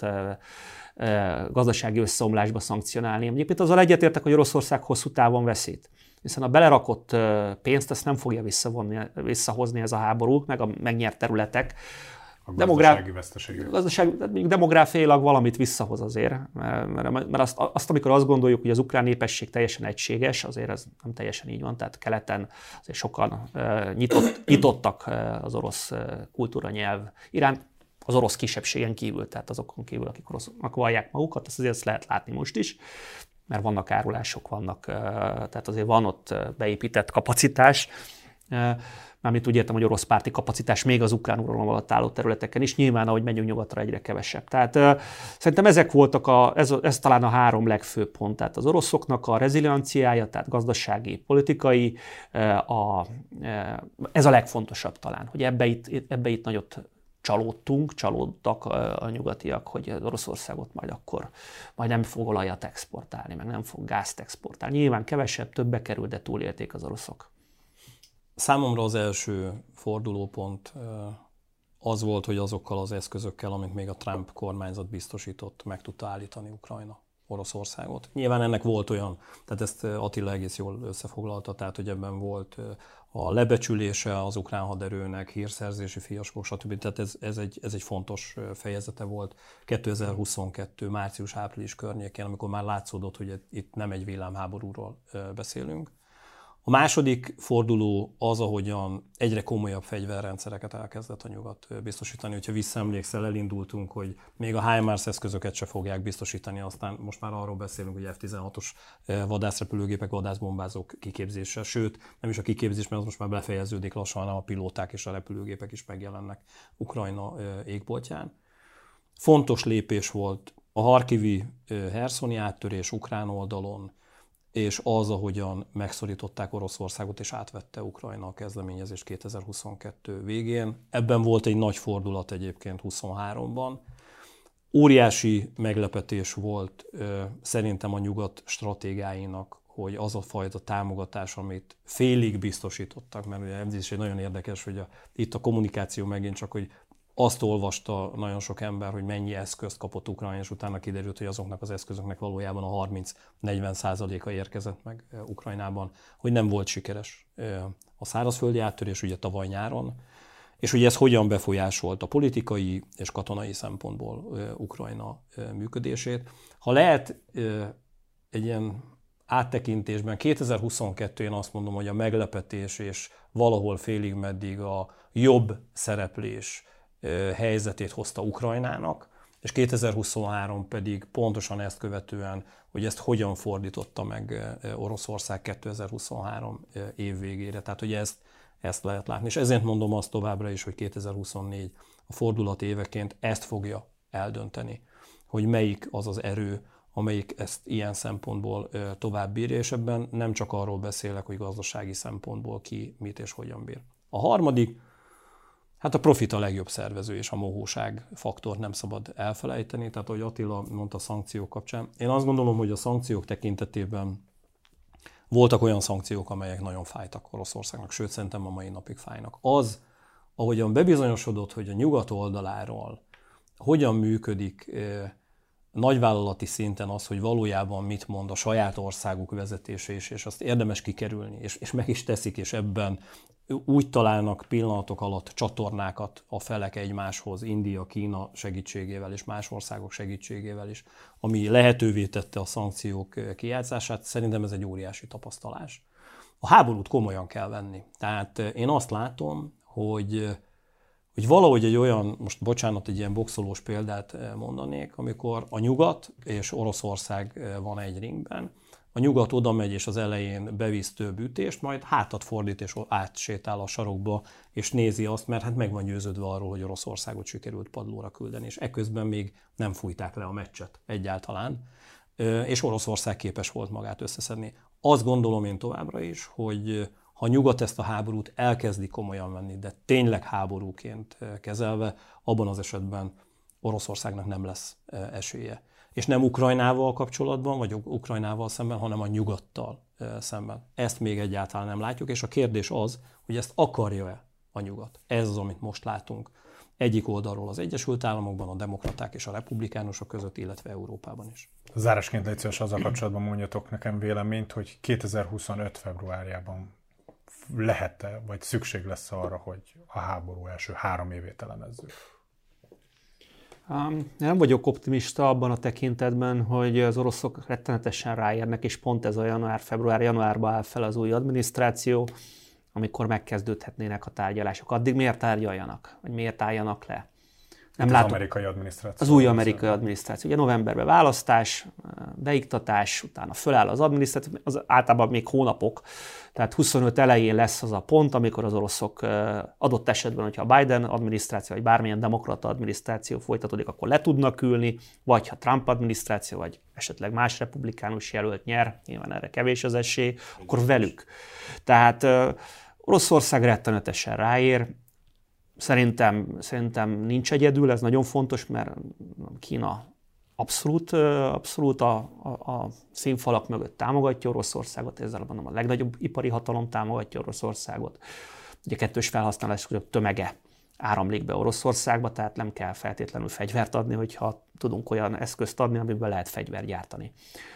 gazdasági összeomlásba szankcionálni. Egyébként azzal egyetértek, hogy Oroszország hosszú távon veszít. Hiszen a belerakott pénzt ezt nem fogja visszavonni, visszahozni ez a háború, meg a megnyert területek. A gazdasági veszteségek. Gazdaság, demográfiailag valamit visszahoz azért, mert, mert azt, azt, amikor azt gondoljuk, hogy az ukrán népesség teljesen egységes, azért ez nem teljesen így van, tehát keleten azért sokan nyitott, nyitottak az orosz kultúra, nyelv iránt, az orosz kisebbségen kívül, tehát azokon kívül, akik orosznak vallják magukat, ezt azért ezt lehet látni most is, mert vannak árulások, vannak, tehát azért van ott beépített kapacitás, mármint úgy értem, hogy orosz párti kapacitás még az ukrán uralom alatt álló területeken is, nyilván ahogy megyünk nyugatra egyre kevesebb. Tehát uh, szerintem ezek voltak, a, ez, ez talán a három legfőbb pont. Tehát az oroszoknak a rezilienciája, tehát gazdasági, politikai, uh, a, uh, ez a legfontosabb talán, hogy ebbe itt, ebbe itt nagyot csalódtunk, csalódtak a nyugatiak, hogy az Oroszországot majd akkor majd nem fog olajat exportálni, meg nem fog gázt exportálni. Nyilván kevesebb, többbe kerül, de túlélték az oroszok. Számomra az első fordulópont az volt, hogy azokkal az eszközökkel, amit még a Trump kormányzat biztosított, meg tudta állítani Ukrajna Oroszországot. Nyilván ennek volt olyan, tehát ezt Attila egész jól összefoglalta, tehát hogy ebben volt a lebecsülése az ukrán haderőnek, hírszerzési fiaskók, stb. Tehát ez, ez, egy, ez egy fontos fejezete volt kétezer-huszonkettő március-április környékén, amikor már látszódott, hogy itt nem egy villámháborúról beszélünk. A második forduló az, ahogyan egyre komolyabb fegyverrendszereket elkezdett a nyugat biztosítani. Hogyha visszaemlékszel, elindultunk, hogy még a HIMARS eszközöket se fogják biztosítani, aztán most már arról beszélünk, hogy F tizenhatos vadászrepülőgépek, vadászbombázók kiképzése, sőt, nem is a kiképzés, mert az most már befejeződik lassan, hanem a pilóták és a repülőgépek is megjelennek Ukrajna égboltján. Fontos lépés volt a harkivi herszoni áttörés ukrán oldalon, és az, ahogyan megszorították Oroszországot, és átvette Ukrajna a kezdeményezést kétezer-huszonkettő végén. Ebben volt egy nagy fordulat egyébként huszonháromban. Óriási meglepetés volt szerintem a nyugat stratégiáinak, hogy az a fajta támogatás, amit félig biztosítottak, mert ugye ez is egy nagyon érdekes, hogy a, itt a kommunikáció megint csak, hogy azt olvasta nagyon sok ember, hogy mennyi eszközt kapott Ukrajna, és utána kiderült, hogy azoknak az eszközöknek valójában a harminc-negyven százaléka érkezett meg Ukrajnában, hogy nem volt sikeres a szárazföldi áttörés ugye tavaly nyáron, és hogy ez hogyan befolyásolt a politikai és katonai szempontból Ukrajna működését. Ha lehet egy ilyen áttekintésben, kétezer-huszonkettő én azt mondom, hogy a meglepetés és valahol félig meddig a jobb szereplés helyzetét hozta Ukrajnának, és kétezer-huszonhárom pedig pontosan ezt követően, hogy ezt hogyan fordította meg Oroszország kétezer-huszonhárom év végére. Tehát, hogy ezt, ezt lehet látni. És ezért mondom azt továbbra is, hogy kétezer-huszonnégy a fordulat éveként ezt fogja eldönteni, hogy melyik az az erő, amelyik ezt ilyen szempontból tovább bírja, és ebben nem csak arról beszélek, hogy gazdasági szempontból ki mit és hogyan bír. A harmadik, hát a profit a legjobb szervező, és a mohóság faktort nem szabad elfelejteni. Tehát, ahogy Attila mondta a szankciók kapcsán, én azt gondolom, hogy a szankciók tekintetében voltak olyan szankciók, amelyek nagyon fájtak Oroszországnak, sőt, szerintem a mai napig fájnak. Az, ahogyan bebizonyosodott, hogy a nyugat oldaláról hogyan működik nagyvállalati szinten az, hogy valójában mit mond a saját országuk vezetése is, és azt érdemes kikerülni, és, és meg is teszik, és ebben úgy találnak pillanatok alatt csatornákat a felek egymáshoz, India, Kína segítségével és más országok segítségével is, ami lehetővé tette a szankciók kijátszását. Szerintem ez egy óriási tapasztalás. A háborút komolyan kell venni. Tehát én azt látom, hogy, hogy valahogy egy olyan, most bocsánat, egy ilyen boxolós példát mondanék, amikor a nyugat és Oroszország van egy ringben, a nyugat oda megy, és az elején bevisz több ütést, majd hátat fordít, és átsétál a sarokba, és nézi azt, mert hát meg van győződve arról, hogy Oroszországot sikerült padlóra küldeni, és eközben még nem fújták le a meccset egyáltalán, és Oroszország képes volt magát összeszedni. Azt gondolom én továbbra is, hogy ha a nyugat ezt a háborút elkezdi komolyan venni, de tényleg háborúként kezelve, abban az esetben Oroszországnak nem lesz esélye. És nem Ukrajnával kapcsolatban, vagy Ukrajnával szemben, hanem a nyugattal szemben. Ezt még egyáltalán nem látjuk, és a kérdés az, hogy ezt akarja-e a nyugat. Ez az, amit most látunk. Egyik oldalról az Egyesült Államokban, a demokraták és a republikánusok között, illetve Európában is. Zárásként légy szíves, azzal kapcsolatban mondjatok nekem véleményt, hogy kétezer-huszonöt februárjában lehet-e, vagy szükség lesz arra, hogy a háború első három évét elemezzük? Um, nem vagyok optimista abban a tekintetben, hogy az oroszok rettenetesen ráérnek, és pont ez a január, február, januárban áll fel az új adminisztráció, amikor megkezdődhetnének a tárgyalások. Addig miért tárgyaljanak? Vagy miért álljanak le? Nem az látok, amerikai adminisztráció. Az új amerikai adminisztráció. Ugye novemberben választás, beiktatás, utána föláll az adminisztráció, az általában még hónapok, tehát huszonöt elején lesz az a pont, amikor az oroszok adott esetben, hogyha a Biden adminisztráció, vagy bármilyen demokrata adminisztráció folytatódik, akkor le tudnak ülni, vagy ha Trump adminisztráció, vagy esetleg más republikánus jelölt nyer, nyilván erre kevés az esély, akkor velük. Tehát Oroszország rettenetesen ráér. Szerintem, szerintem nincs egyedül, ez nagyon fontos, mert Kína abszolút, abszolút a, a, a színfalak mögött támogatja Oroszországot, ezzel mondom, a legnagyobb ipari hatalom támogatja Oroszországot. Ugye kettős felhasználás tömege áramlik be Oroszországba, tehát nem kell feltétlenül fegyvert adni, hogyha tudunk olyan eszközt adni, amiben lehet fegyvert gyártani.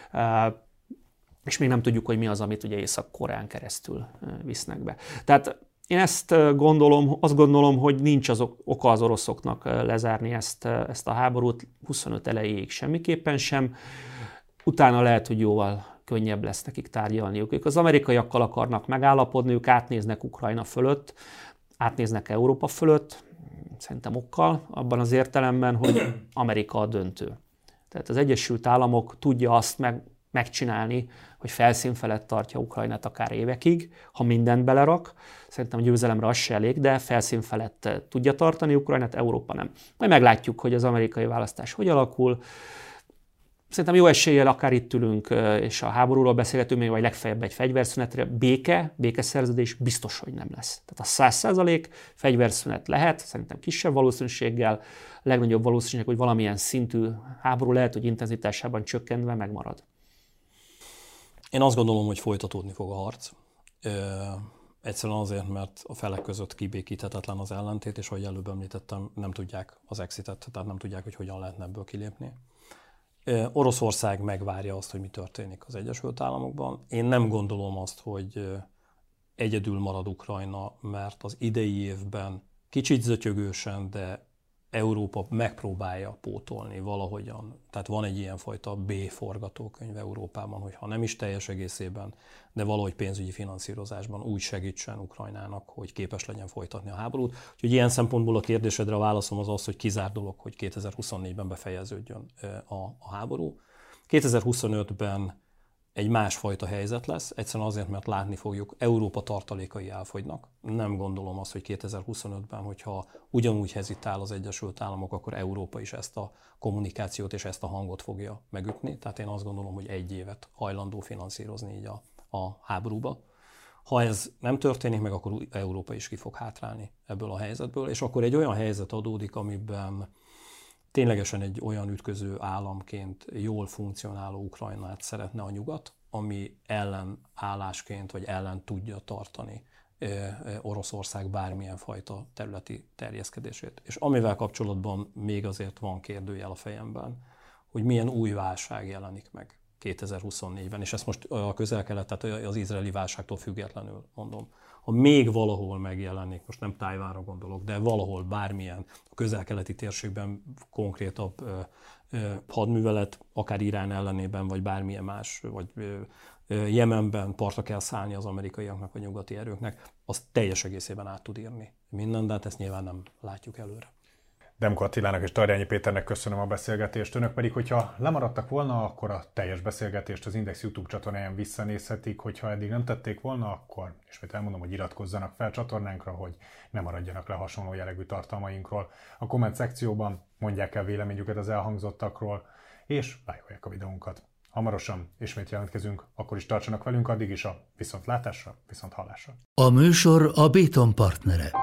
És még nem tudjuk, hogy mi az, amit ugye Észak-Koreán keresztül visznek be. Tehát én ezt gondolom, azt gondolom, hogy nincs az oka az oroszoknak lezárni ezt, ezt a háborút huszonöt elejéig semmiképpen sem. Utána lehet, hogy jóval könnyebb lesz nekik tárgyalniuk. Ők az amerikaiakkal akarnak megállapodni, ők átnéznek Ukrajna fölött, átnéznek Európa fölött, szerintem okkal, abban az értelemben, hogy Amerika a döntő. Tehát az Egyesült Államok tudja azt meg, megcsinálni, hogy felszín felett tartja Ukrajnát akár évekig, ha mindent belerak. Szerintem a győzelemre az se elég, de felszín felett tudja tartani Ukrajnát, Európa nem. Majd meglátjuk, hogy az amerikai választás hogy alakul. Szerintem jó eséllyel akár itt ülünk, és a háborúról beszélgetünk, még vagy legfeljebb egy fegyverszünetre. Béke, békeszerződés biztos, hogy nem lesz. Tehát a száz százalék fegyverszünet lehet, szerintem kisebb valószínűséggel, legnagyobb valószínűség, hogy valamilyen szintű háború lehet, hogy intenzitásában csökkentve megmarad. Én azt gondolom, hogy folytatódni fog a harc. Ö, egyszerűen azért, mert a felek között kibékíthetetlen az ellentét, és ahogy előbb említettem, nem tudják az exitet, tehát nem tudják, hogy hogyan lehetne ebből kilépni. Ö, Oroszország megvárja azt, hogy mi történik az Egyesült Államokban. Én nem gondolom azt, hogy egyedül marad Ukrajna, mert az idei évben kicsit zötyögősen, de Európa megpróbálja pótolni valahogyan. Tehát van egy ilyenfajta B-forgatókönyv Európában, hogy ha nem is teljes egészében, de valahogy pénzügyi finanszírozásban úgy segítsen Ukrajnának, hogy képes legyen folytatni a háborút. Úgyhogy ilyen szempontból a kérdésedre a válaszom az az, hogy kizárt dolog, hogy kétezer-huszonnégyben befejeződjön a, a háború. kétezer-huszonötben egy másfajta helyzet lesz, egyszerűen azért, mert látni fogjuk, Európa tartalékai elfogynak. Nem gondolom azt, hogy kétezer-huszonötben, hogyha ugyanúgy hezitál az Egyesült Államok, akkor Európa is ezt a kommunikációt és ezt a hangot fogja megütni. Tehát én azt gondolom, hogy egy évet hajlandó finanszírozni így a, a háborúba. Ha ez nem történik meg, akkor Európa is ki fog hátrálni ebből a helyzetből, és akkor egy olyan helyzet adódik, amiben ténylegesen egy olyan ütköző államként jól funkcionáló Ukrajnát szeretne a nyugat, ami ellenállásként vagy ellen tudja tartani Oroszország bármilyen fajta területi terjeszkedését. És amivel kapcsolatban még azért van kérdőjel a fejemben, hogy milyen új válság jelenik meg kétezer-huszonnégyben, és ezt most a Közel-Kelet, tehát az izraeli válságtól függetlenül mondom. Ha még valahol megjelenik, most nem Tájvánra gondolok, de valahol bármilyen a közel-keleti térségben konkrétabb ö, ö, hadművelet, akár Irán ellenében, vagy bármilyen más, vagy ö, ö, Jemenben partra kell szállni az amerikaiaknak, vagy nyugati erőknek, azt teljes egészében át tud írni minden, de hát ezt nyilván nem látjuk előre. Demko Attilának és Tarjányi Péternek köszönöm a beszélgetést. Önök pedig, hogyha lemaradtak volna, akkor a teljes beszélgetést az Index YouTube csatornáján visszanézhetik. Hogyha eddig nem tették volna, akkor ismét elmondom, hogy iratkozzanak fel csatornánkra, hogy ne maradjanak le hasonló jellegű tartalmainkról. A komment szekcióban mondják el véleményüket az elhangzottakról, és lájkolják a videónkat. Hamarosan ismét jelentkezünk, akkor is tartsanak velünk, addig is a viszontlátásra, viszonthallásra. A műsor a Béton partnere.